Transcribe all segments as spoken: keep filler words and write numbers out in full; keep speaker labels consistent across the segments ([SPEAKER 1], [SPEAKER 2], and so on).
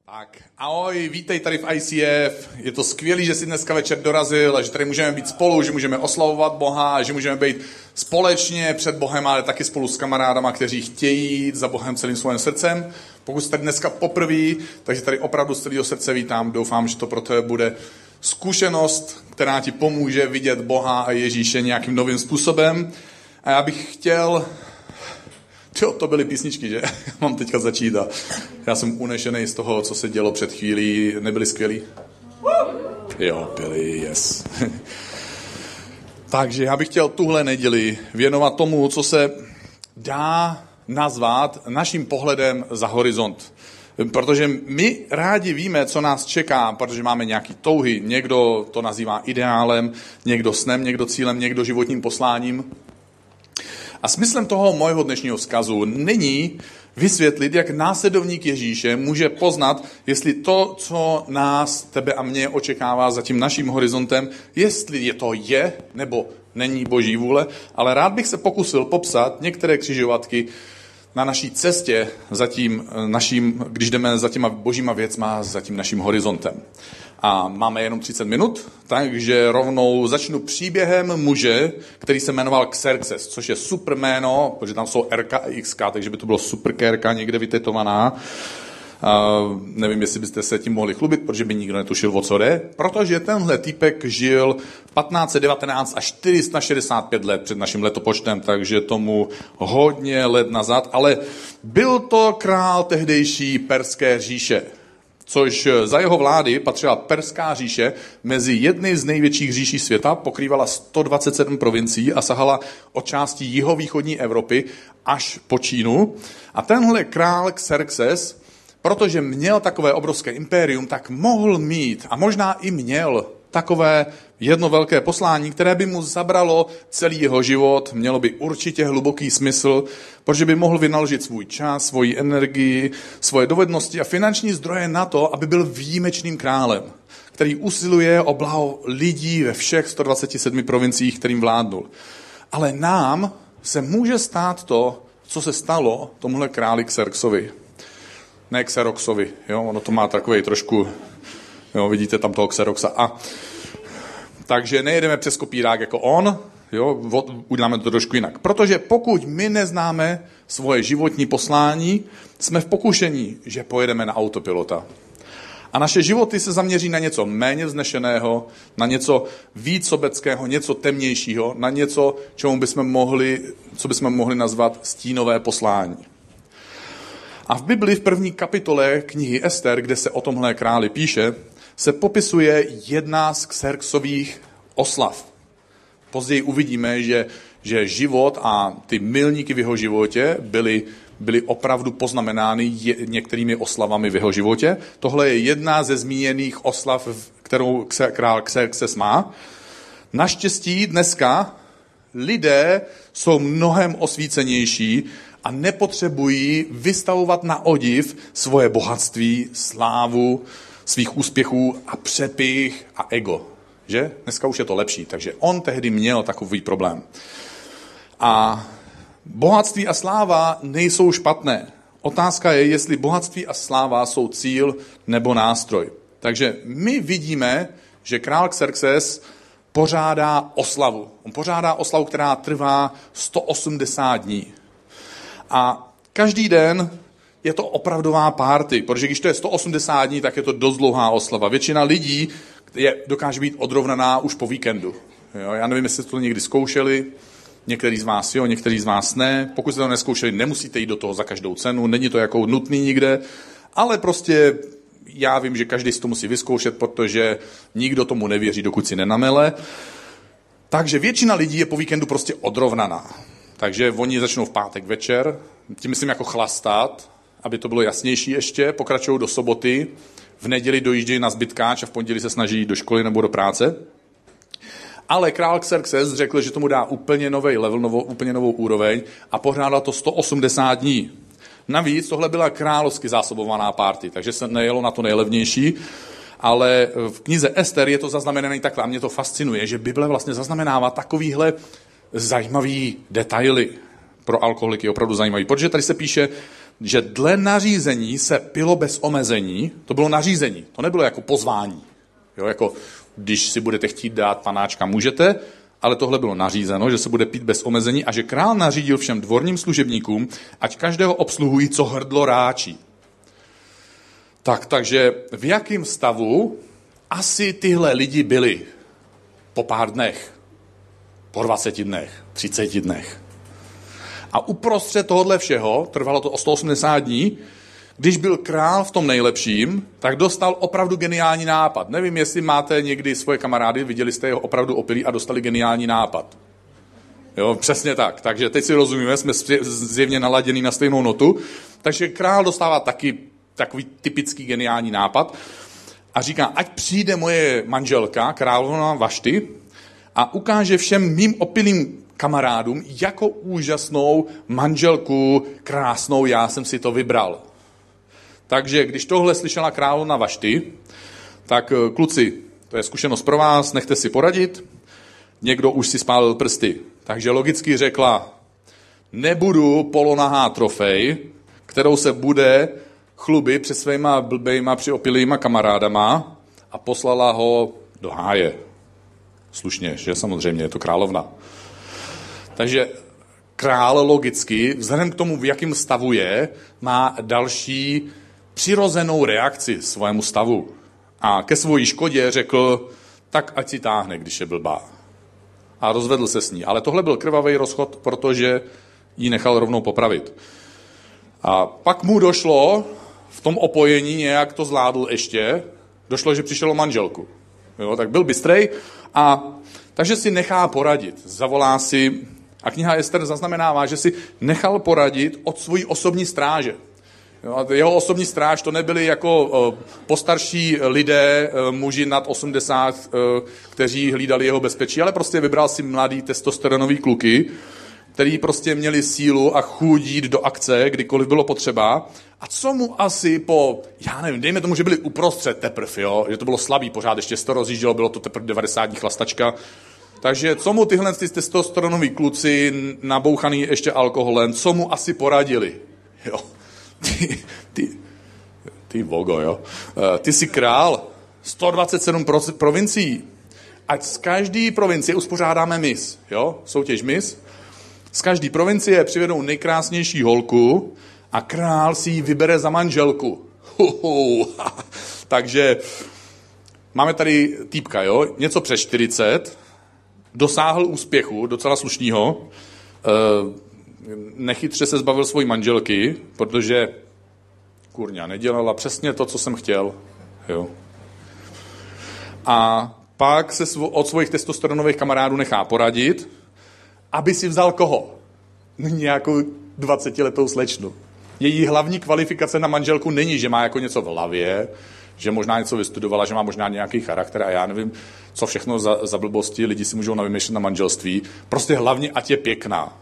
[SPEAKER 1] Tak, ahoj, vítej tady v I C F. Je to skvělý, že jsi dneska večer dorazil a že tady můžeme být spolu, že můžeme oslavovat Boha, že můžeme být společně před Bohem, ale taky spolu s kamarádama, kteří chtějí jít za Bohem celým svým srdcem. Pokud jste tady dneska poprvé, takže tady opravdu z celého srdce vítám. Doufám, že to pro tebe bude zkušenost, která ti pomůže vidět Boha a Ježíše nějakým novým způsobem. A já bych chtěl... Jo, to byly písničky, že? Mám teďka začít a já jsem unešený z toho, co se dělo před chvílí. Nebyly skvělý? Jo, byly, yes. Takže já bych chtěl tuhle neděli věnovat tomu, co se dá nazvat naším pohledem za horizont. Protože my rádi víme, co nás čeká, protože máme nějaký touhy. Někdo to nazývá ideálem, někdo snem, někdo cílem, někdo životním posláním. A smyslem toho mojeho dnešního vzkazu není vysvětlit, jak následovník Ježíše může poznat, jestli to, co nás, tebe a mě očekává za tím naším horizontem, jestli je to je nebo není Boží vůle, ale rád bych se pokusil popsat některé křižovatky na naší cestě za tím naším, když jdeme za těma božíma věcma, za tím naším horizontem. A máme jenom třicet minut, takže rovnou začnu příběhem muže, který se jmenoval Xerxes, což je super jméno, protože tam jsou R K a X K, takže by to bylo superkérka někde vytetovaná. Uh, nevím, jestli byste se tím mohli chlubit, protože by nikdo netušil, o co jde, protože tenhle týpek žil patnáct set devatenáct až čtyři sta šedesát pět let před naším letopočtem, takže tomu hodně let nazad, ale byl to král tehdejší Perské říše, což za jeho vlády patřila Perská říše mezi jedny z největších říší světa, pokrývala sto dvacet sedm provincií a sahala od části jihovýchodní Evropy až po Čínu. A tenhle král Xerxes, protože měl takové obrovské impérium, tak mohl mít a možná i měl takové jedno velké poslání, které by mu zabralo celý jeho život, mělo by určitě hluboký smysl, protože by mohl vynaložit svůj čas, svoji energii, svoje dovednosti a finanční zdroje na to, aby byl výjimečným králem, který usiluje o blaho lidí ve všech sto dvaceti sedmi provinciích, kterým vládnul. Ale nám se může stát to, co se stalo tomuhle králi Xerxovi. Ne Xeroxovi, jo, ono to má takovej trošku, jo, vidíte tam toho Xeroxa. A takže nejedeme přes kopírák jako on, jo, uděláme to trošku jinak. Protože pokud my neznáme svoje životní poslání, jsme v pokušení, že pojedeme na autopilota. A naše životy se zaměří na něco méně vznešeného, na něco víc sobeckého, něco temnějšího, na něco, čemu bychom mohli, co bychom mohli nazvat stínové poslání. A v Bibli v první kapitole knihy Ester, kde se o tomhle králi píše, se popisuje jedna z Xerxových oslav. Později uvidíme, že, že život a ty milníky v jeho životě byly, byly opravdu poznamenány je, některými oslavami v jeho životě. Tohle je jedna ze zmíněných oslav, kterou král Xerxes má. Naštěstí dneska lidé jsou mnohem osvícenější a nepotřebují vystavovat na odiv svoje bohatství, slávu, svých úspěchů a přepych a ego. Že? Dneska už je to lepší, takže on tehdy měl takový problém. A bohatství a sláva nejsou špatné. Otázka je, jestli bohatství a sláva jsou cíl nebo nástroj. Takže my vidíme, že král Xerxes pořádá oslavu. On pořádá oslavu, která trvá sto osmdesát dní. A každý den je to opravdová party, protože když to je sto osmdesát dní, tak je to dost dlouhá oslava. Většina lidí je, dokáže být odrovnaná už po víkendu. Jo, já nevím, jestli jste to někdy zkoušeli, některý z vás jo, některý z vás ne. Pokud jste to neskoušeli, nemusíte jít do toho za každou cenu, není to jako nutný nikde, ale prostě já vím, že každý si to musí vyzkoušet, protože nikdo tomu nevěří, dokud si nenamele. Takže většina lidí je po víkendu prostě odrovnaná. Takže oni začnou v pátek večer, tím myslím jako chlastat, aby to bylo jasnější ještě, pokračují do soboty, v neděli dojíždějí na zbytkáč a v pondělí se snaží do školy nebo do práce. Ale král Xerxes řekl, že tomu dá úplně nový level, novou, úplně novou úroveň a pořádal to sto osmdesát dní. Navíc tohle byla královsky zásobovaná party, takže se nejelo na to nejlevnější, ale v knize Ester je to zaznamenané takhle a mě to fascinuje, že Bible vlastně zaznamenává takovýhle zajímavý detaily pro alkoholiky, opravdu zajímavý. Protože tady se píše, že dle nařízení se pilo bez omezení, to bylo nařízení, to nebylo jako pozvání. Jo, jako když si budete chtít dát panáčka, můžete, ale tohle bylo nařízeno, že se bude pít bez omezení a že král nařídil všem dvorním služebníkům, ať každého obsluhují, co hrdlo ráčí. Tak, takže v jakém stavu asi tyhle lidi byli po pár dnech, po dvaceti dnech, třiceti dnech. A uprostřed tohohle všeho, trvalo to o sto osmdesát dní, když byl král v tom nejlepším, tak dostal opravdu geniální nápad. Nevím, jestli máte někdy svoje kamarády, viděli jste jeho opravdu opilí a dostali geniální nápad. Jo, přesně tak. Takže teď si rozumíme, jsme zjevně naladěni na stejnou notu. Takže král dostává taky takový typický geniální nápad a říká, ať přijde moje manželka, královna Vašty, a ukáže všem mým opilým kamarádům, jako úžasnou manželku, krásnou, já jsem si to vybral. Takže když tohle slyšela královna Vašty, tak kluci, to je zkušenost pro vás, nechte si poradit, někdo už si spálil prsty. Takže logicky řekla, nebudu polonahá trofej, kterou se bude chlubit před svýma blbejma přiopilýma kamarádama a poslala ho do háje. Slušně, že samozřejmě, je to královna. Takže král logicky, vzhledem k tomu, v jakém stavu je, má další přirozenou reakci svému stavu. A ke svojí škodě řekl, tak ať si táhne, když je blbá. A rozvedl se s ní. Ale tohle byl krvavý rozchod, protože ji nechal rovnou popravit. A pak mu došlo, v tom opojení nějak to zvládl ještě, došlo, že přišel o manželku. Jo, tak byl bystrej a takže si nechá poradit. Zavolá si, a kniha Ester zaznamenává, že si nechal poradit od svojí osobní stráže. Jo, jeho osobní stráž to nebyli jako uh, postarší lidé, uh, muži nad osmdesát, uh, kteří hlídali jeho bezpečí, ale prostě vybral si mladý testosteronový kluky, který prostě měli sílu a chuť jít do akce, kdykoliv bylo potřeba. A co mu asi po, já nevím, dejme tomu, že byli uprostřed teprv, jo? Že to bylo slabý, pořád ještě to rozjíždělo, bylo to teprv devadesát dní chlastačka. Takže co mu tyhle ty testosteronoví kluci, nabouchaný ještě alkoholem, co mu asi poradili? Jo, ty, ty, ty vogo, jo. Ty jsi král, sto dvacet sedm provincií, ať z každé provincie uspořádáme mis, jo, soutěž mis. Z každé provincie přivedou nejkrásnější holku a král si ji vybere za manželku. Huhu. Takže máme tady týpka, jo, něco přes čtyřicet, dosáhl úspěchu, docela slušnýho, nechytře se zbavil svojí manželky, protože kurňa nedělala přesně to, co jsem chtěl. Jo. A pak se od svých testosteronových kamarádů nechá poradit, aby si vzal koho? Nějakou dvacetiletou slečnu. Její hlavní kvalifikace na manželku není, že má jako něco v hlavě, že možná něco vystudovala, že má možná nějaký charakter a já nevím, co všechno za, za blbosti lidi si můžou navymýšlet na manželství. Prostě hlavně, ať je pěkná.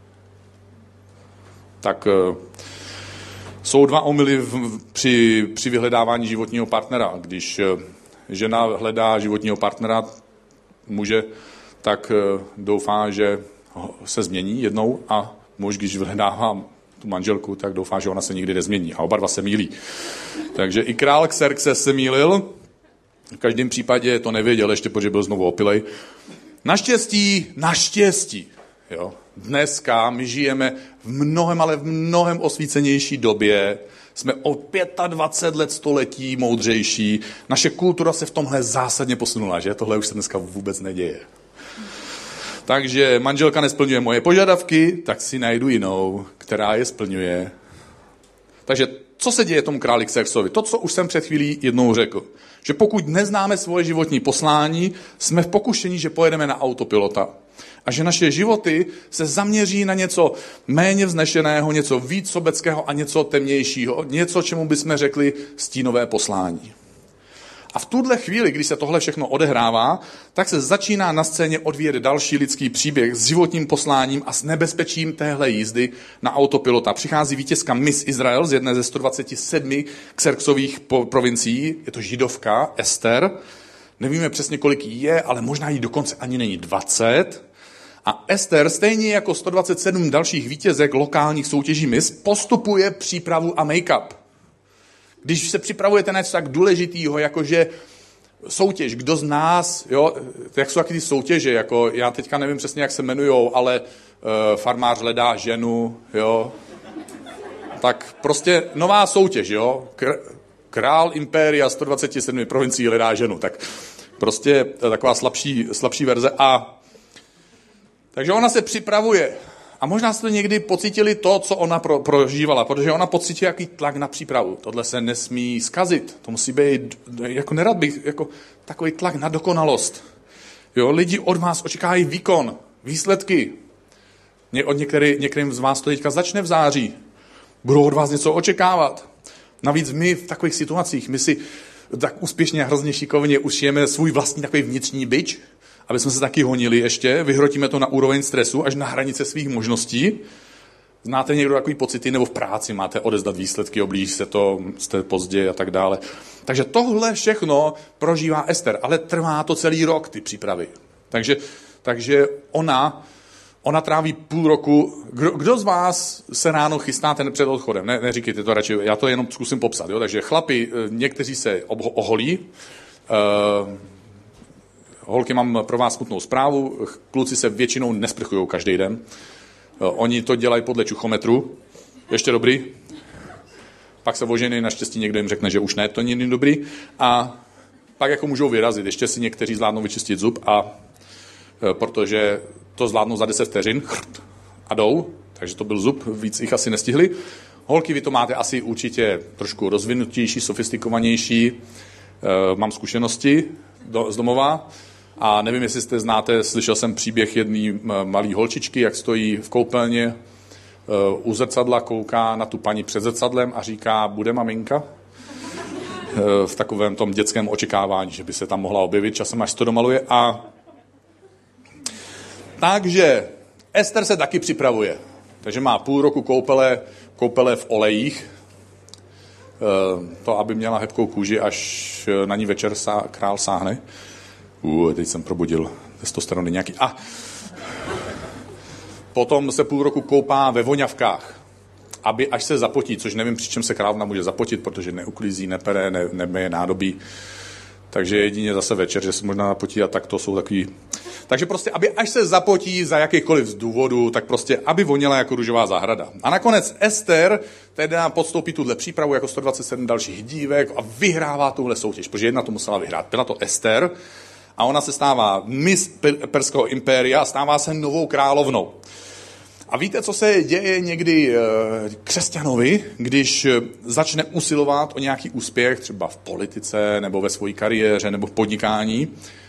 [SPEAKER 1] Tak uh, jsou dva omyly v, při, při vyhledávání životního partnera. Když uh, žena hledá životního partnera, muže, tak uh, doufá, že se změní jednou a muž, když vyhledává tu manželku, tak doufá, že ona se nikdy nezmění. A oba dva se mýlí. Takže i král Xerxes se mýlil. V každém případě to nevěděl ještě, protože byl znovu opilej. Naštěstí, naštěstí, jo, dneska my žijeme v mnohem, ale v mnohem osvícenější době. Jsme o dvacet pět let století moudřejší. Naše kultura se v tomhle zásadně posunula, že? Tohle už se dneska vůbec neděje. Takže manželka nesplňuje moje požadavky, tak si najdu jinou, která je splňuje. Takže co se děje tomu králi Xerxovi? To, co už jsem před chvílí jednou řekl. Že pokud neznáme svoje životní poslání, jsme v pokušení, že pojedeme na autopilota. A že naše životy se zaměří na něco méně vznešeného, něco víc sobeckého a něco temnějšího. Něco, čemu bychom řekli stínové poslání. A v tuhle chvíli, když se tohle všechno odehrává, tak se začíná na scéně odvíjet další lidský příběh s životním posláním a s nebezpečím téhle jízdy na autopilota. Přichází vítězka Miss Izrael z jedné ze sto dvacet sedm Xerxových provincií, je to židovka Ester. Nevíme přesně, kolik jí je, ale možná jí dokonce ani není dvacet. A Ester, stejně jako sto dvacet sedm dalších vítězek lokálních soutěží Miss, postupuje přípravu a make-up. Když se připravujete na něco tak důležitýho, jakože soutěž, kdo z nás, jo, jak jsou taky ty soutěže, jako já teďka nevím přesně, jak se jmenujou, ale uh, farmář hledá ženu, jo, tak prostě nová soutěž, jo, král impéria sto dvacet sedm provincií hledá ženu, tak prostě taková slabší, slabší verze. A takže ona se připravuje. A možná jste někdy pocítili to, co ona pro, prožívala, protože ona pocítí jaký tlak na přípravu. Tohle se nesmí zkazit. To musí být, jako nerad bych, jako takový tlak na dokonalost. Jo, lidi od vás očekávají výkon, výsledky. Od některý, některým z vás to teďka začne v září. Budou od vás něco očekávat. Navíc my v takových situacích, my si tak úspěšně a hrozně šikovně ušijeme svůj vlastní takový vnitřní bič, aby jsme se taky honili ještě, vyhrotíme to na úroveň stresu až na hranice svých možností. Znáte někdo takový pocity, nebo v práci máte odezdat výsledky, oblíží se to, jste pozdě a tak dále. Takže tohle všechno prožívá Ester, ale trvá to celý rok, ty přípravy. Takže, takže ona, ona tráví půl roku. Kdo, kdo z vás se ráno chystáte před odchodem? Ne, neříkejte to radši, já to jenom zkusím popsat. Jo? Takže chlapi, někteří se oholí, uh, holky, mám pro vás smutnou zprávu, kluci se většinou nesprchují každý den. Oni to dělají podle čuchometru. Ještě dobrý. Pak se oženej, naštěstí někdo jim řekne, že už ne, to není dobrý. A pak jako můžou vyrazit. Ještě si někteří zvládnou vyčistit zub, a protože to zvládnou za deset vteřin a jdou. Takže to byl zub, víc jich asi nestihli. Holky, vy to máte asi určitě trošku rozvinutější, sofistikovanější. Mám zkušenosti do, z domova. A nevím, jestli jste znáte, slyšel jsem příběh jedné malé holčičky, jak stojí v koupelně u zrcadla, kouká na tu paní před zrcadlem a říká, bude maminka? V takovém tom dětském očekávání, že by se tam mohla objevit časem, až se to domaluje. A takže Ester se taky připravuje. Takže má půl roku koupele, koupele v olejích. To, aby měla hebkou kůži, až na ní večer sá, král sáhne. Uh, teď jsem probudil testosterony nějaký. A potom se půl roku koupá ve voňavkách, aby až se zapotí, což nevím, při čem se královna může zapotit, protože neuklízí, nepere, ne, nemeje nádobí. Takže jedině zase večer, že se možná zapotí, a tak to jsou takový. Takže prostě, aby až se zapotí za jakýkoliv z důvodu, tak prostě, aby voněla jako růžová zahrada. A nakonec Ester teda podstoupí tuhle přípravu jako sto dvacet sedm dalších dívek a vyhrává tuhle soutěž, protože jedna to musela vyhrát. Byla to Ester a ona se stává Miss Perského impéria a stává se novou královnou. A víte, co se děje někdy křesťanovi, když začne usilovat o nějaký úspěch, třeba v politice, nebo ve své kariéře, nebo v podnikání?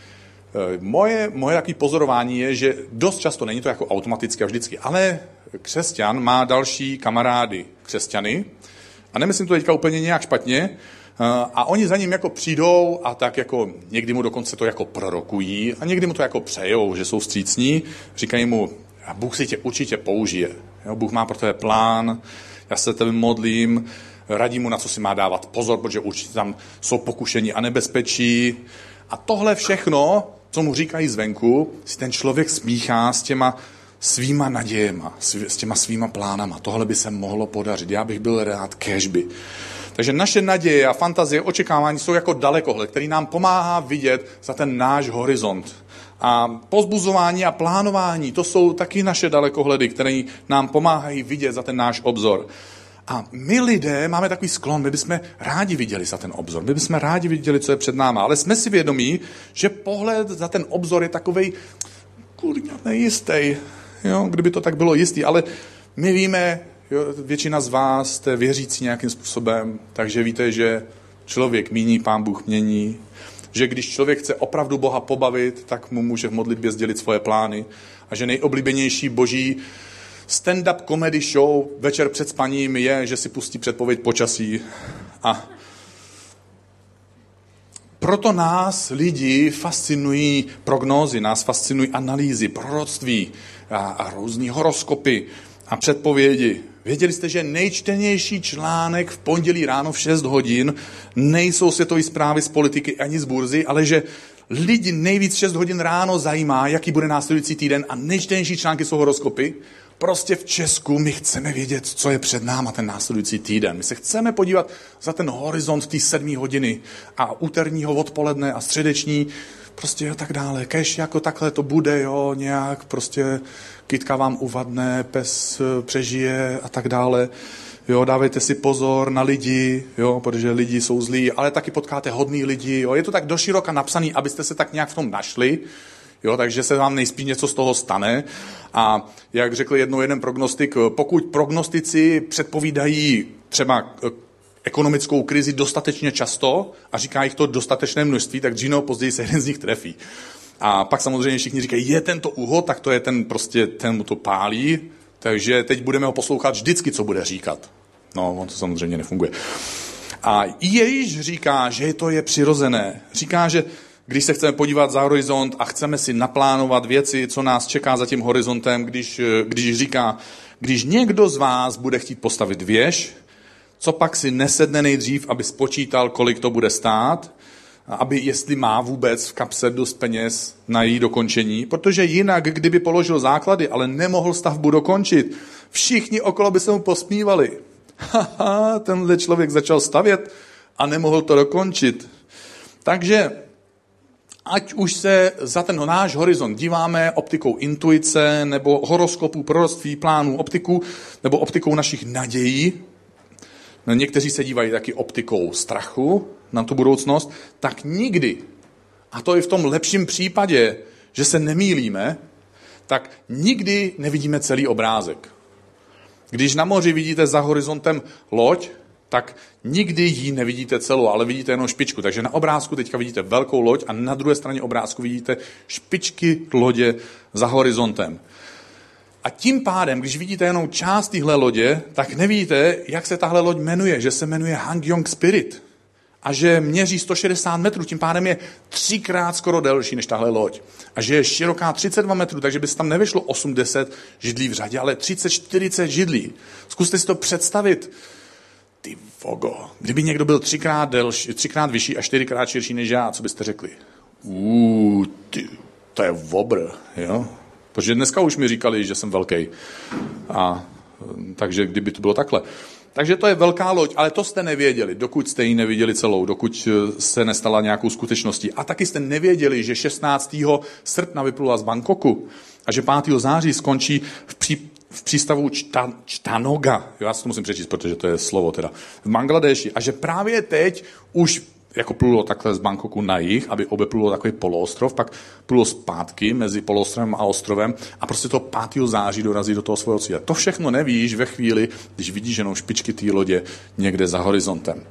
[SPEAKER 1] Moje, moje takové pozorování je, že dost často, není to jako automaticky a vždycky, ale křesťan má další kamarády křesťany, a nemyslím to teďka úplně nějak špatně, a oni za ním jako přijdou a tak jako někdy mu dokonce to jako prorokují a někdy mu to jako přejou, že jsou vstřícní, říkají mu, Bůh si tě určitě použije. Jo, Bůh má pro tebe plán, já se tebe modlím, radím mu, na co si má dávat pozor, protože určitě tam jsou pokušení a nebezpečí. A tohle všechno, co mu říkají zvenku, si ten člověk smíchá s těma svýma nadějema, s těma svýma plánama. Tohle by se mohlo podařit. Já bych byl rád, kéžby. Takže naše naděje a fantazie, očekávání jsou jako dalekohled, který nám pomáhá vidět za ten náš horizont. A pozbuzování a plánování, to jsou taky naše dalekohledy, které nám pomáhají vidět za ten náš obzor. A my lidé máme takový sklon, my bychom rádi viděli za ten obzor, my bychom rádi viděli, co je před náma, ale jsme si vědomí, že pohled za ten obzor je takovej kurňa nejistý, jo, kdyby to tak bylo jistý, ale my víme, jo, většina z vás jste věřící nějakým způsobem, takže víte, že člověk míní, Pán Bůh mění, že když člověk chce opravdu Boha pobavit, tak mu může v modlitbě sdělit svoje plány a že nejoblíbenější boží stand-up comedy show večer před spaním je, že si pustí předpověď počasí. A proto nás lidi fascinují prognózy, nás fascinují analýzy, proroctví a, a různý horoskopy a předpovědi. Věděli jste, že nejčtenější článek v pondělí ráno v šest hodin nejsou světové zprávy z politiky ani z burzy, ale že lidi nejvíc šest hodin ráno zajímá, jaký bude následující týden a nejčtenější články jsou horoskopy. Prostě v Česku my chceme vědět, co je před náma ten následující týden. My se chceme podívat za ten horizont té sedmé hodiny a úterního odpoledne a středeční, prostě a tak dále. Kéž jako takhle to bude, jo, nějak prostě kytka vám uvadne, pes přežije a tak dále. Jo, dávejte si pozor na lidi, jo, protože lidi jsou zlí, ale taky potkáte hodný lidi, jo. Je to tak doširoka napsaný, abyste se tak nějak v tom našli, jo, takže se vám nejspíš něco z toho stane. A jak řekl jednou jeden prognostik, pokud prognostici předpovídají třeba ekonomickou krizi dostatečně často a říká jich to dostatečné množství, tak dřív nebo později se jeden z nich trefí. A pak samozřejmě všichni říkají, je tento úhod, tak to je ten prostě, ten mu to pálí, takže teď budeme ho poslouchat vždycky, co bude říkat. No, on to samozřejmě nefunguje. A Ježíš říká, že to je přirozené. Říká, že když se chceme podívat za horizont a chceme si naplánovat věci, co nás čeká za tím horizontem, když, když říká, když někdo z vás bude chtít postavit věž, co pak si nesedne nejdřív, aby spočítal, kolik to bude stát, aby jestli má vůbec v kapse dost peněz na její dokončení, protože jinak, kdyby položil základy, ale nemohl stavbu dokončit, všichni okolo by se mu posmívali. Haha, tenhle člověk začal stavět a nemohl to dokončit. Takže ať už se za ten náš horizont díváme optikou intuice, nebo horoskopů, proroctví, plánů, optiku, nebo optikou našich nadějí, někteří se dívají taky optikou strachu na tu budoucnost, tak nikdy, a to i v tom lepším případě, že se nemýlíme, tak nikdy nevidíme celý obrázek. Když na moři vidíte za horizontem loď, tak nikdy ji nevidíte celou, ale vidíte jenom špičku. Takže na obrázku teďka vidíte velkou loď a na druhé straně obrázku vidíte špičky lodě za horizontem. A tím pádem, když vidíte jenom část téhle lodě, tak nevíte, jak se tahle loď jmenuje, že se jmenuje Hangyong Spirit a že měří sto šedesát metrů, tím pádem je třikrát skoro delší než tahle loď. A že je široká třicet dva metrů, takže by se tam nevešlo osmdesát židlí v řadě, ale třicet čtyřicet židlí. Zkuste si to představit. Ty vogo, kdyby někdo byl třikrát, delší, třikrát vyšší a čtyřikrát širší než já, co byste řekli? Uuu, ty, to je vobr, jo? Protože dneska už mi říkali, že jsem velký. A takže kdyby to bylo takhle. Takže to je velká loď, ale to jste nevěděli, dokud jste ji neviděli celou, dokud se nestala nějakou skutečností. A taky jste nevěděli, že šestnáctého srpna vyplula z Bangkoku a že pátého září skončí v, pří, v přístavu Čta, Čtanoga. Jo, já si to musím přečíst, protože to je slovo teda. V Bangladeši. A že právě teď už jako plulo takhle z Bangkoku na jih, aby obeplulo takový poloostrov, pak plulo zpátky mezi poloostrovem a ostrovem a prostě to pátého září dorazí do toho svého cíle. To všechno nevíš ve chvíli, když vidíš jenom špičky té lodě někde za horizontem.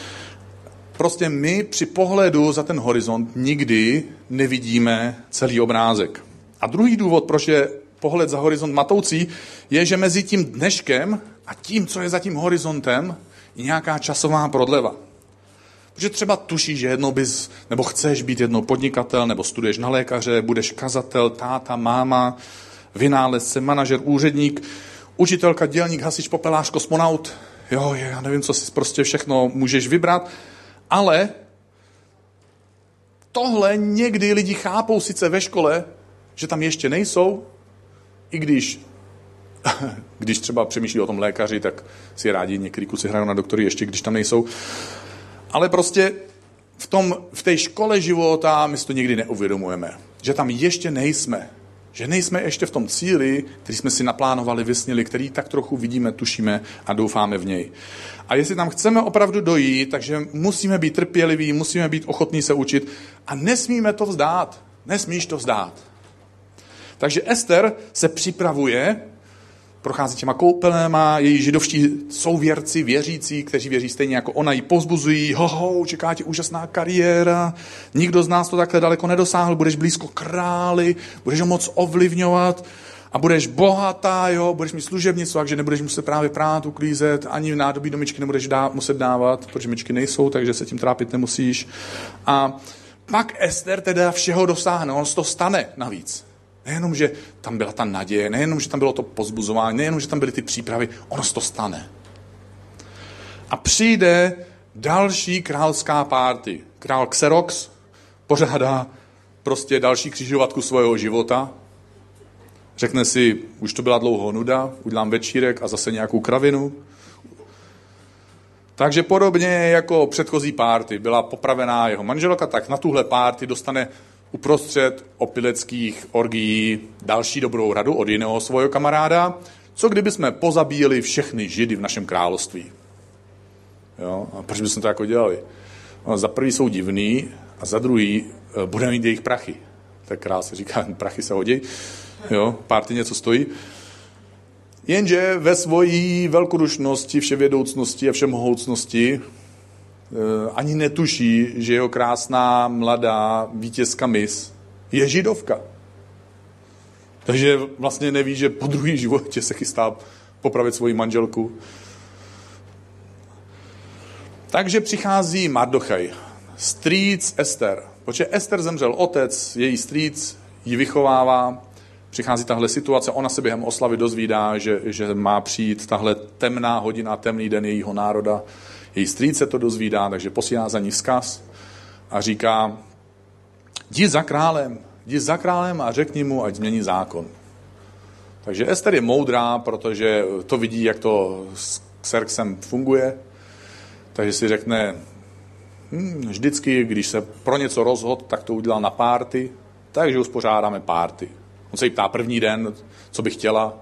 [SPEAKER 1] Prostě my při pohledu za ten horizont nikdy nevidíme celý obrázek. A druhý důvod, proč je pohled za horizont matoucí, je, že mezi tím dneškem a tím, co je za tím horizontem, je nějaká časová prodleva. Protože třeba tušíš, že jednou bys, nebo chceš být jednou podnikatel, nebo studuješ na lékaře, budeš kazatel, táta, máma, vynálezce, manažer, úředník, učitelka, dělník, hasič, popelář, kosmonaut. Jo, já nevím, co si prostě všechno můžeš vybrat, ale tohle někdy lidi chápou sice ve škole, že tam ještě nejsou, i když, když třeba přemýšlí o tom lékaři, tak si rádi některý kluci hrajou na doktory, ještě když tam nejsou. Ale prostě v, tom, v té škole života my si to nikdy neuvědomujeme. Že tam ještě nejsme. Že nejsme ještě v tom cíli, který jsme si naplánovali, vysnili, který tak trochu vidíme, tušíme a doufáme v něj. A jestli tam chceme opravdu dojít, takže musíme být trpěliví, musíme být ochotní se učit a nesmíme to vzdát. Nesmíš to vzdát. Takže Ester se připravuje, prochází těma koupelema, její židovští souvěrci, věřící, kteří věří stejně jako ona, ji povzbuzují, hoho, čeká tě úžasná kariéra, nikdo z nás to takhle daleko nedosáhl, budeš blízko králi, budeš ho moc ovlivňovat a budeš bohatá, jo, budeš mít služebnicu, takže nebudeš muset právě prát, uklízet, ani nádobí do myčky nebudeš dá, muset dávat, protože myčky nejsou, takže se tím trápit nemusíš. A pak Ester teda všeho dosáhne, on se to stane navíc. Nejenom, že tam byla ta naděje, nejenom, že tam bylo to pozbuzování, nejenom, že tam byly ty přípravy, ono se to stane. A přijde další královská párty. Král Xerox pořádá prostě další křižovatku svého života. Řekne si, už to byla dlouho nuda, udělám večírek a zase nějakou kravinu. Takže podobně jako předchozí párty byla popravená jeho manželka, tak na tuhle párty dostane uprostřed opileckých orgií další dobrou radu od jiného svého kamaráda. Co kdyby jsme pozabíjeli všechny Židy v našem království? Jo? A proč bychom to jako dělali? No, za prvý jsou divný a za druhý budeme mít jejich prachy. Tak krásně říká, prachy se hodí. Jo? Párty něco stojí. Jenže ve svojí velkodušnosti, vševědoucnosti a všemohoucnosti ani netuší, že jeho krásná, mladá vítězka mis je Židovka. Takže vlastně neví, že po druhý životě se chystá popravit svoji manželku. Takže přichází Mardochaj, strýc Ester. Protože Ester zemřel otec, její strýc ji vychovává. Přichází tahle situace, ona se během oslavy dozvídá, že, že má přijít tahle temná hodina, temný den jejího národa. Její strýc se to dozvídá, takže posílá za ní vzkaz a říká, jdi za králem, jdi za králem a řekni mu, ať změní zákon. Takže Ester je moudrá, protože to vidí, jak to s Xerxem funguje. Takže si řekne, hm, vždycky, když se pro něco rozhodl, tak to udělal na párty, takže uspořádáme párty. On se jí ptá první den, co by chtěla.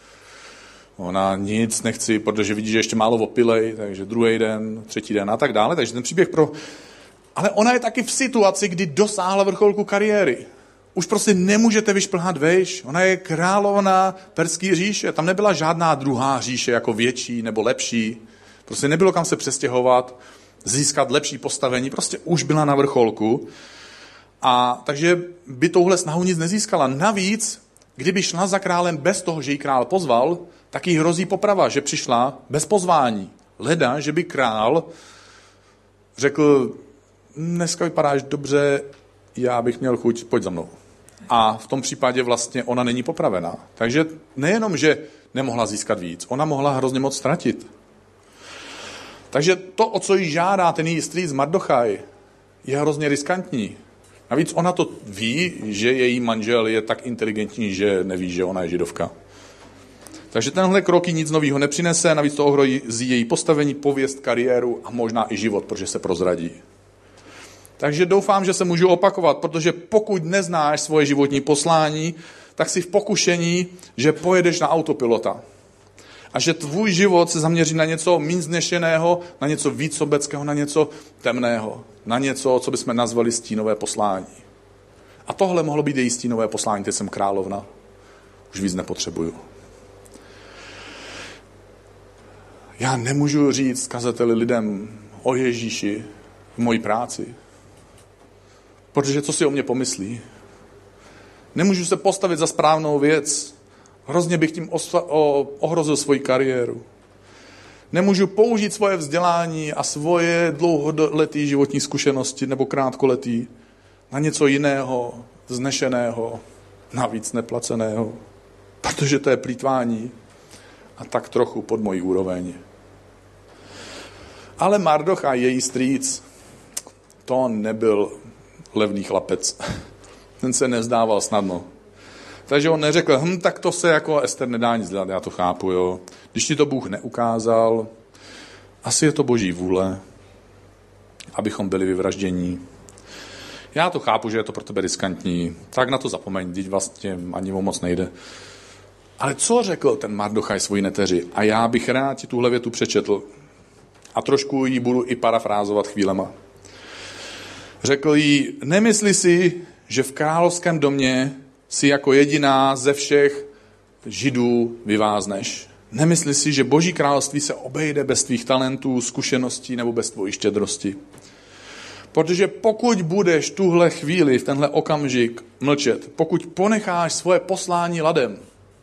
[SPEAKER 1] Ona nic nechci, protože vidí, že ještě málo opilej, takže druhý den, třetí den a tak dále. Takže ten příběh pro... Ale ona je taky v situaci, kdy dosáhla vrcholku kariéry. Už prostě nemůžete vyšplhat vejš. Ona je královna Perské říše. Tam nebyla žádná druhá říše jako větší nebo lepší. Prostě nebylo kam se přestěhovat, získat lepší postavení. Prostě už byla na vrcholku. A takže by touhle snahu nic nezískala. Navíc, kdyby šla za králem bez toho, že jí král pozval, tak jí hrozí poprava, že přišla bez pozvání. Leda, že by král řekl, dneska vypadáš dobře, já bych měl chuť, pojď za mnou. A v tom případě vlastně ona není popravená. Takže nejenom, že nemohla získat víc, ona mohla hrozně moc ztratit. Takže to, o co jí žádá ten její strýc Mardochaj, je hrozně riskantní. Navíc ona to ví, že její manžel je tak inteligentní, že neví, že ona je Židovka. Takže tenhle krok jí nic nového nepřinese, navíc to ohrozí její postavení, pověst, kariéru a možná i život, protože se prozradí. Takže doufám, že se můžu opakovat, protože pokud neznáš svoje životní poslání, tak jsi v pokušení, že pojedeš na autopilota. A že tvůj život se zaměří na něco méně vznešeného, na něco víc sobeckého, na něco temného, na něco, co bychom nazvali stínové poslání. A tohle mohlo být její stínové poslání, teď jsem královna, už víc nepotřebuju. Já nemůžu říct kazateli lidem o Ježíši v mojí práci, protože co si o mě pomyslí? Nemůžu se postavit za správnou věc, hrozně bych tím osla- o- ohrozil svoji kariéru. Nemůžu použít svoje vzdělání a svoje dlouholeté životní zkušenosti nebo krátkoletý na něco jiného, vznešeného, navíc neplaceného, protože to je plýtvání a tak trochu pod mojí úroveň. Ale Mardochaj, její strýc, to nebyl levný chlapec. Ten se nevzdával snadno. Takže on neřekl, hm, tak to se jako Ester nedá nic dělat, já to chápu, jo. Když ti to Bůh neukázal, asi je to boží vůle, abychom byli vyvraždění. Já to chápu, že je to pro tebe riskantní, tak na to zapomeň, teď vlastně ani o moc nejde. Ale co řekl ten Mardochaj svojí neteři? A já bych rád ti tuhle větu přečetl a trošku ji budu i parafrázovat chvílema. Řekl jí, nemysli si, že v královském domě si jako jediná ze všech Židů vyvázneš. Nemysli si, že Boží království se obejde bez tvých talentů, zkušeností nebo bez tvojí štědrosti. Protože pokud budeš tuhle chvíli, v tenhle okamžik mlčet, pokud ponecháš svoje poslání ladem,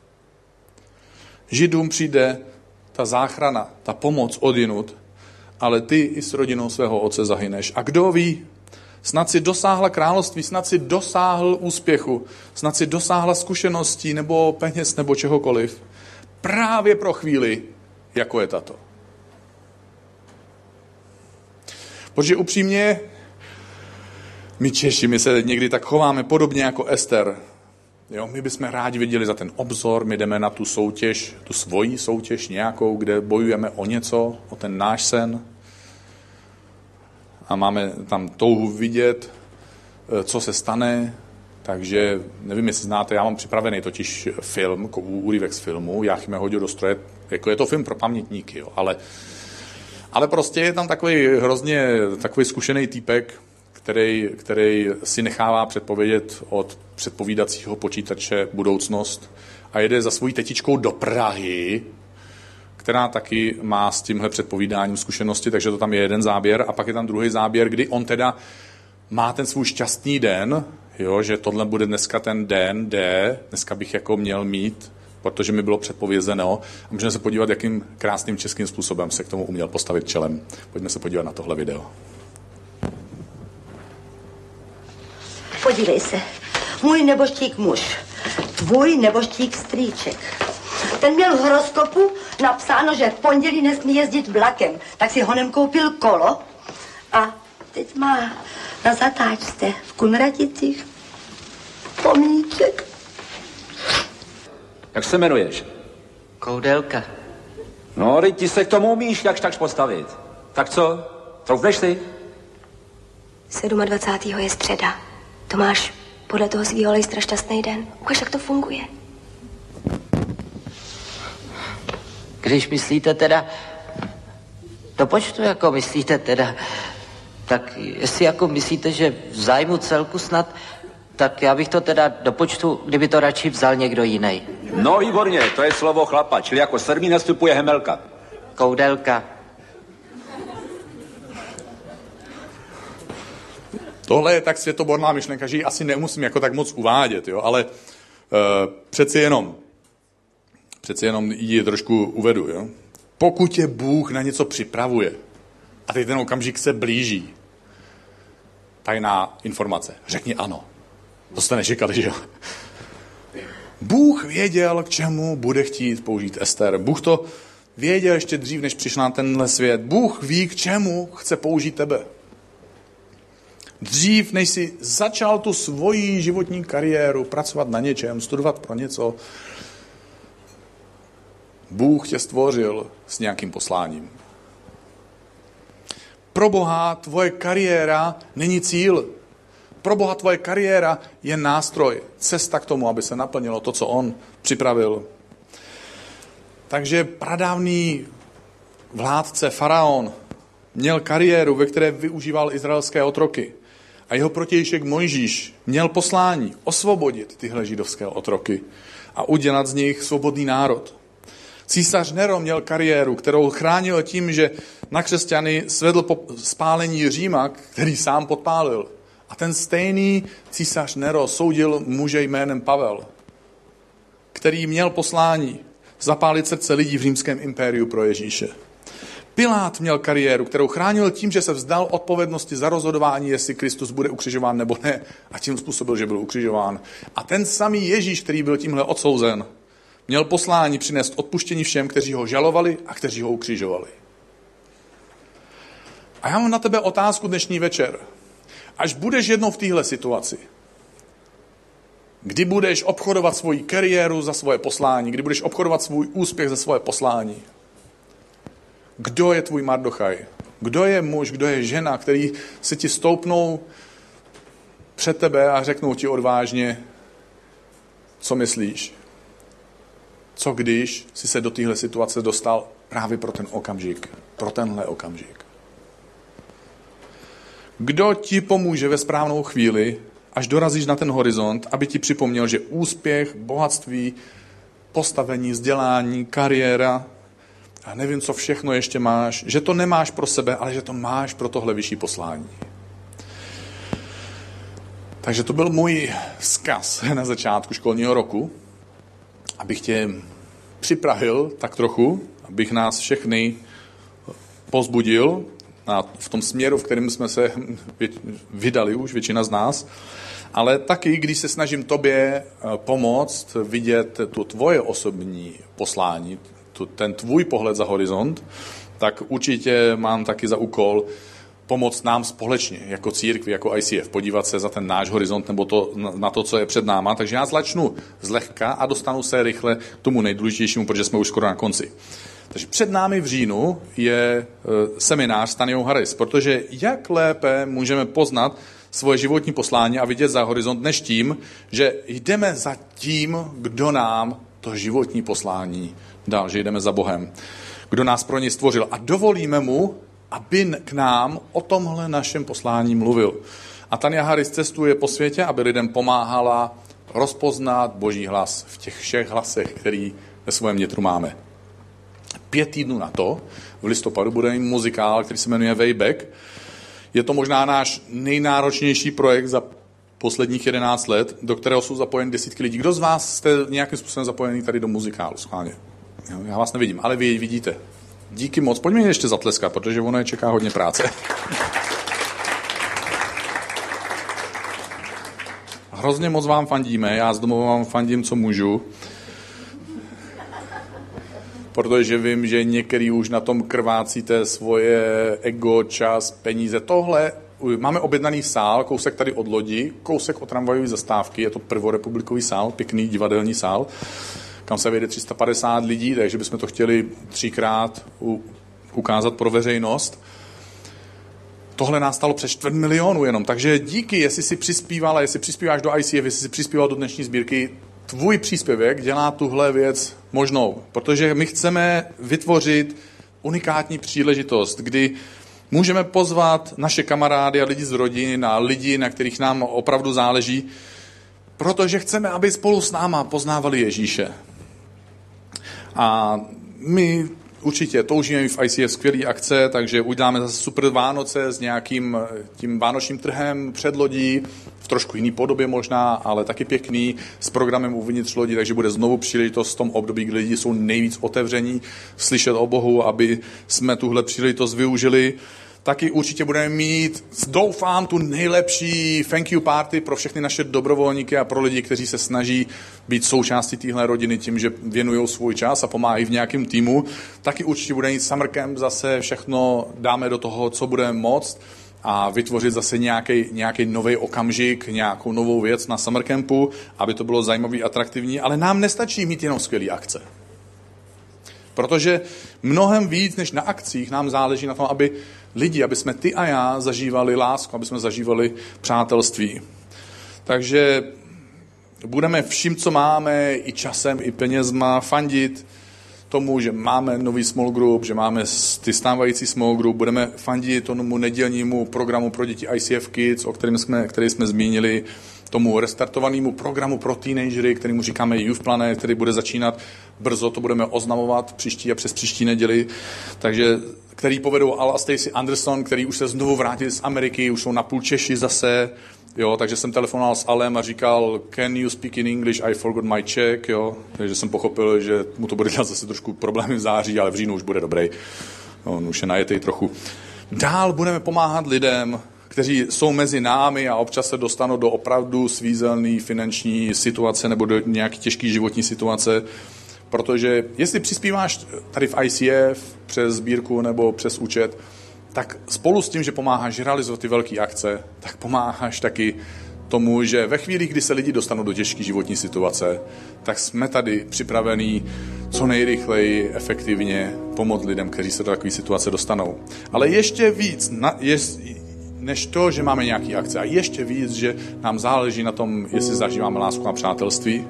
[SPEAKER 1] Židům přijde ta záchrana, ta pomoc odjinud, ale ty i s rodinou svého otce zahyneš. A kdo ví, snad si dosáhla království, snad si dosáhl úspěchu, snad si dosáhla zkušeností nebo peněz nebo čehokoliv. Právě pro chvíli, jako je tato. Protože upřímně, My Češi, my se někdy tak chováme podobně jako Ester. Jo, my bychom rádi viděli za ten obzor, my jdeme na tu soutěž, tu svoji soutěž nějakou, kde bojujeme o něco, o ten náš sen. A máme tam touhu vidět, co se stane. Takže nevím, jestli znáte, já mám připravený totiž film, úryvek z filmu, Jáchyme hodil do stroje, jako je to film pro pamětníky, jo, ale, ale prostě je tam takový hrozně takový zkušený týpek, který, který si nechává předpovědět od předpovídacího počítače budoucnost a jede za svojí tetičkou do Prahy, která taky má s tímhle předpovídáním zkušenosti, takže to tam je jeden záběr a pak je tam druhý záběr, kdy on teda má ten svůj šťastný den, jo, že tohle bude dneska ten den D, dneska bych jako měl mít, protože mi bylo předpovězeno a můžeme se podívat, jakým krásným českým způsobem se k tomu uměl postavit čelem. Pojďme se podívat na tohle video.
[SPEAKER 2] Podívej se, můj neboštík muž, tvůj neboštík strýček. Ten měl v horoskopu napsáno, že v pondělí nesmí jezdit vlakem, tak si honem koupil kolo a teď má na zatáčce v Kunraticích pomníček.
[SPEAKER 3] Jak se jmenuješ?
[SPEAKER 4] Koudelka.
[SPEAKER 3] No, teď ti se k tomu umíš jakž takž postavit. Tak co? Troufneš si?
[SPEAKER 5] dvacátého sedmého je středa. To máš podle toho svýho lejstra šťastný den. Ukaž, jak to funguje.
[SPEAKER 4] Když myslíte teda, do počtu jako myslíte teda, tak jestli jako myslíte, že v zájmu celku snad, tak já bych to teda do počtu, kdyby to radši vzal někdo jiný.
[SPEAKER 3] No výborně, to je slovo chlapa, čili jako sedmý nastupuje Hemelka.
[SPEAKER 4] Koudelka.
[SPEAKER 1] Tohle je tak světoborná myšlenka, že ji asi nemusím jako tak moc uvádět, jo? Ale uh, přeci jenom, přeci jenom ji trošku uvedu. Jo? Pokud tě Bůh na něco připravuje a teď ten okamžik se blíží, tajná informace, řekni ano. To jste nečekali, že jo? Bůh věděl, k čemu bude chtít použít Ester. Bůh to věděl ještě dřív, než přišel na tenhle svět. Bůh ví, k čemu chce použít tebe. Dřív, než jsi začal tu svoji životní kariéru, pracovat na něčem, studovat pro něco, Bůh tě stvořil s nějakým posláním. Pro Boha tvoje kariéra není cíl. Pro Boha tvoje kariéra je nástroj, cesta k tomu, aby se naplnilo to, co on připravil. Takže pradávný vládce faraon měl kariéru, ve které využíval izraelské otroky. A jeho protějšek Mojžíš měl poslání osvobodit tyhle židovské otroky a udělat z nich svobodný národ. Císař Nero měl kariéru, kterou chránil tím, že na křesťany svedl spálení Říma, který sám podpálil. A ten stejný císař Nero soudil muže jménem Pavel, který měl poslání zapálit srdce lidí v římském impériu pro Ježíše. Pilát měl kariéru, kterou chránil tím, že se vzdal odpovědnosti za rozhodování, jestli Kristus bude ukřižován nebo ne, a tím způsobil, že byl ukřižován. A ten samý Ježíš, který byl tímhle odsouzen, měl poslání přinést odpuštění všem, kteří ho žalovali a kteří ho ukřižovali. A já mám na tebe otázku dnešní večer. Až budeš jednou v téhle situaci, kdy budeš obchodovat svoji kariéru za svoje poslání, kdy budeš obchodovat svůj úspěch za svoje poslání, kdo je tvůj Mardochaj? Kdo je muž, kdo je žena, který se ti stoupnou před tebe a řeknou ti odvážně, co myslíš? Co když jsi se do téhle situace dostal právě pro ten okamžik, pro tenhle okamžik? Kdo ti pomůže ve správnou chvíli, až dorazíš na ten horizont, aby ti připomněl, že úspěch, bohatství, postavení, vzdělání, kariéra a nevím, co všechno ještě máš, že to nemáš pro sebe, ale že to máš pro tohle vyšší poslání. Takže to byl můj vzkaz na začátku školního roku, abych tě připravil tak trochu, abych nás všechny pozbudil a v tom směru, v kterém jsme se vydali už, většina z nás, ale taky, když se snažím tobě pomoct vidět tu tvoje osobní poslání, tu, ten tvůj pohled za horizont, tak určitě mám taky za úkol pomoct nám společně, jako církvi, jako I C F, podívat se za ten náš horizont nebo to, na to, co je před náma. Takže já zlačnu zlehka a dostanu se rychle k tomu nejdůležitějšímu, protože jsme už skoro na konci. Takže před námi v říjnu je seminář s Tanyou Harris, protože jak lépe můžeme poznat svoje životní poslání a vidět za horizont, než tím, že jdeme za tím, kdo nám to životní poslání dal, že jdeme za Bohem, kdo nás pro něj stvořil a dovolíme mu, aby k nám o tomhle našem poslání mluvil. A Tanya Harris cestuje po světě, aby lidem pomáhala rozpoznat Boží hlas v těch všech hlasech, který ve svém nitru máme. Pět týdnů na to, v listopadu, bude muzikál, který se jmenuje Way Back. Je to možná náš nejnáročnější projekt za posledních jedenáct let, do kterého jsou zapojeni desítky lidí. Kdo z vás jste nějakým způsobem zapojený tady do muzikálu? Schválně. Já vás nevidím, ale vy vidíte. Díky moc. Pojďme ještě zatleskat, protože ono je čeká hodně práce. Hrozně moc vám fandíme, já z domova vám fandím, co můžu. Protože vím, že některý už na tom krvácíte svoje ego, čas, peníze. Tohle, máme objednaný sál, kousek tady od lodi, kousek od tramvajové zastávky, je to prvorepublikový sál, pěkný divadelní sál, kam se vejde tři sta padesát lidí, takže bychom to chtěli třikrát u, ukázat pro veřejnost. Tohle nás stalo přes čtvrt milionu jenom, takže díky, jestli si přispíval, jestli přispíváš do I C F, jestli si přispíval do dnešní sbírky, tvůj příspěvek dělá tuhle věc možnou, protože my chceme vytvořit unikátní příležitost, kdy můžeme pozvat naše kamarády a lidi z rodiny, na lidi, na kterých nám opravdu záleží, protože chceme, aby spolu s náma poznávali Ježíše. A my určitě toužíme v I C F skvělý akce, takže uděláme zase super Vánoce s nějakým tím vánočním trhem před lodí, v trošku jiný podobě možná, ale taky pěkný, s programem uvnitř lodi, takže bude znovu příležitost v tom období, kdy lidi jsou nejvíc otevření, slyšet o Bohu, aby jsme tuhle příležitost využili. Taky určitě budeme mít, doufám, tu nejlepší thank you party pro všechny naše dobrovolníky a pro lidi, kteří se snaží být součástí téhle rodiny tím, že věnují svůj čas a pomáhají v nějakém týmu. Taky určitě bude mít summer camp, zase všechno dáme do toho, co budeme moct a vytvořit zase nějaký, nějaký nový okamžik, nějakou novou věc na summer campu, aby to bylo zajímavý, atraktivní, ale nám nestačí mít jenom skvělý akce. Protože mnohem víc než na akcích nám záleží na tom, aby lidi, aby jsme ty a já zažívali lásku, aby jsme zažívali přátelství. Takže budeme vším, co máme, i časem, i penězma fandit tomu, že máme nový small group, že máme ty stávající small group, budeme fandit tomu nedělnímu programu pro děti I C F Kids, o kterém jsme, který jsme zmínili, tomu restartovanému programu pro teenagery, kterému říkáme Youth Planet, který bude začínat brzo, to budeme oznamovat příští a přes příští neděli, takže který povedou Al a Stacey Anderson, který už se znovu vrátili z Ameriky, už jsou napůl Češi zase, jo, takže jsem telefonoval s Alem a říkal, can you speak in English, I forgot my Czech, jo, takže jsem pochopil, že mu to bude dělat zase trošku problémy v září, ale v říjnu už bude dobrý, no, on už je najetej trochu. Dál budeme pomáhat lidem, kteří jsou mezi námi a občas se dostanou do opravdu svízelné finanční situace nebo do nějaké těžké životní situace, protože jestli přispíváš tady v I C F přes sbírku nebo přes účet, tak spolu s tím, že pomáháš realizovat ty velké akce, tak pomáháš taky tomu, že ve chvíli, kdy se lidi dostanou do těžké životní situace, tak jsme tady připravení co nejrychleji, efektivně pomoct lidem, kteří se do takové situace dostanou. Ale ještě víc, na, je, než to, že máme nějaké akce a ještě víc, že nám záleží na tom, jestli zažíváme lásku a přátelství,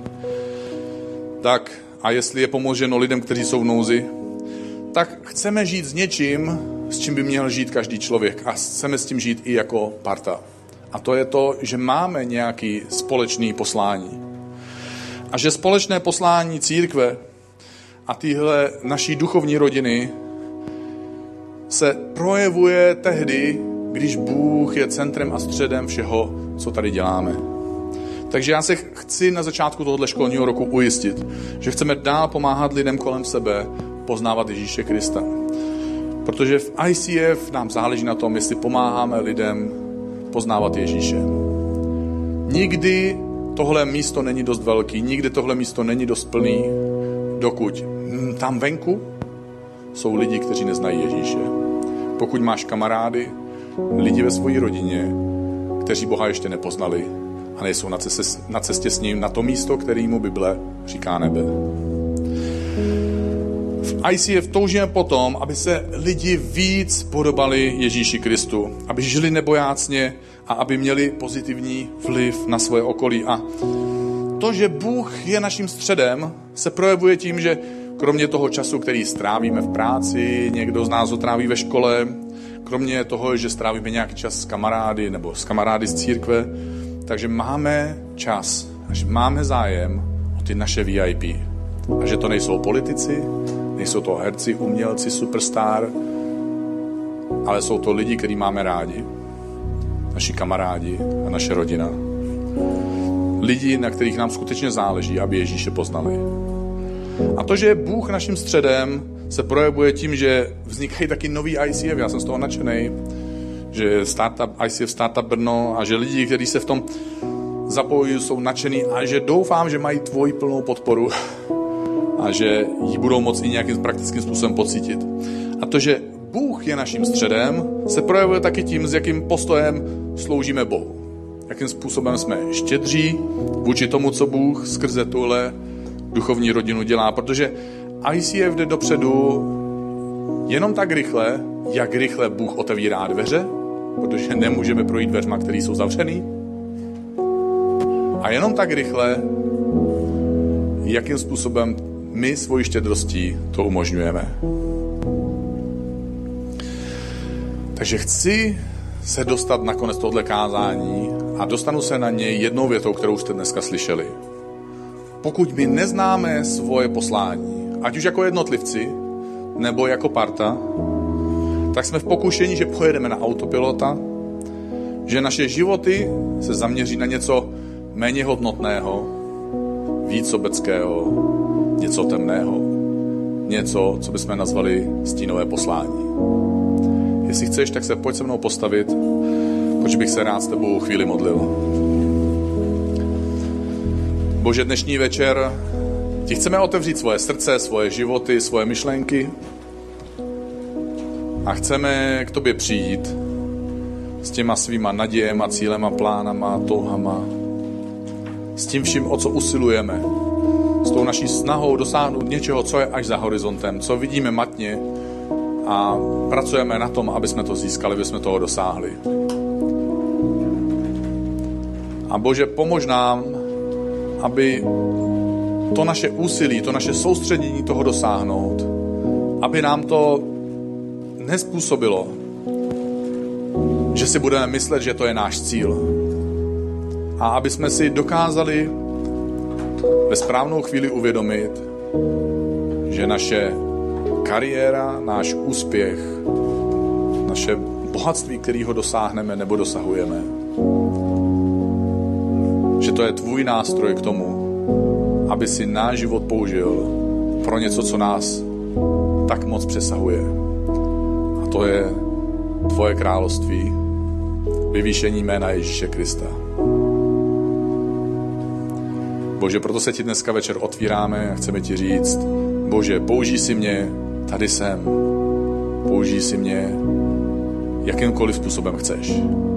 [SPEAKER 1] tak a jestli je pomoženo lidem, kteří jsou v nouzi, tak chceme žít s něčím, s čím by měl žít každý člověk a chceme s tím žít i jako parta. A to je to, že máme nějaký společný poslání. A že společné poslání církve a téhle naší duchovní rodiny se projevuje tehdy, když Bůh je centrem a středem všeho, co tady děláme. Takže já se chci na začátku tohoto školního roku ujistit, že chceme dál pomáhat lidem kolem sebe poznávat Ježíše Krista. Protože v I C F nám záleží na tom, jestli pomáháme lidem poznávat Ježíše. Nikdy tohle místo není dost velký, nikdy tohle místo není dost plný, dokud tam venku jsou lidi, kteří neznají Ježíše. Pokud máš kamarády, lidi ve své rodině, kteří Boha ještě nepoznali a nejsou na cestě, na cestě s ním na to místo, který mu Bible říká nebe. V I C F toužíme potom, aby se lidi víc podobali Ježíši Kristu, aby žili nebojácně a aby měli pozitivní vliv na svoje okolí. A to, že Bůh je naším středem, se projevuje tím, že kromě toho času, který strávíme v práci, někdo z nás ho tráví ve škole, kromě toho, že strávíme nějaký čas s kamarády nebo s kamarády z církve, takže máme čas a že máme zájem o ty naše V I P. A že to nejsou politici, nejsou to herci, umělci, superstar, ale jsou to lidi, který máme rádi. Naši kamarádi a naše rodina. Lidi, na kterých nám skutečně záleží, aby Ježíše poznali. A to, že je Bůh naším středem, se projevuje tím, že vznikají taky nový I C F. Já jsem z toho nadšenej, že je startup, I C F Startup Brno a že lidi, kteří se v tom zapojují, jsou nadšený a že doufám, že mají tvoji plnou podporu a že ji budou moci nějakým praktickým způsobem pocítit. A to, že Bůh je naším středem, se projevuje taky tím, s jakým postojem sloužíme Bohu. Jakým způsobem jsme štědří vůči tomu, co Bůh skrze tuhle duchovní rodinu dělá. Protože I C F jde dopředu jenom tak rychle, jak rychle Bůh otevírá dveře, protože nemůžeme projít dveřma, které jsou zavřený. A jenom tak rychle, jakým způsobem my svojí štědrostí to umožňujeme. Takže chci se dostat na konec tohoto kázání a dostanu se na něj jednou větou, kterou jste dneska slyšeli. Pokud my neznáme svoje poslání, ať už jako jednotlivci, nebo jako parta, tak jsme v pokušení, že pojedeme na autopilota, že naše životy se zaměří na něco méně hodnotného, víc sobeckého, něco temného, něco, co bychom nazvali stínové poslání. Jestli chceš, tak se pojď se mnou postavit, protože bych se rád s tebou chvíli modlil. Bože, dnešní večer ti chceme otevřít svoje srdce, svoje životy, svoje myšlenky a chceme k tobě přijít s těma svýma nadějema, cílema, plánama, touhama, s tím vším, o co usilujeme, s tou naší snahou dosáhnout něčeho, co je až za horizontem, co vidíme matně a pracujeme na tom, aby jsme to získali, aby jsme toho dosáhli. A Bože, pomož nám, aby to naše úsilí, to naše soustředění toho dosáhnout, aby nám to nezpůsobilo, že si budeme myslet, že to je náš cíl. A aby jsme si dokázali ve správnou chvíli uvědomit, že naše kariéra, náš úspěch, naše bohatství, kterého dosáhneme nebo dosahujeme, že to je tvůj nástroj k tomu, aby si náš život použil pro něco, co nás tak moc přesahuje. A to je tvoje království, vyvýšení jména Ježíše Krista. Bože, proto se ti dneska večer otvíráme a chceme ti říct, Bože, použij si mě, tady jsem, použij si mě jakýmkoliv způsobem chceš.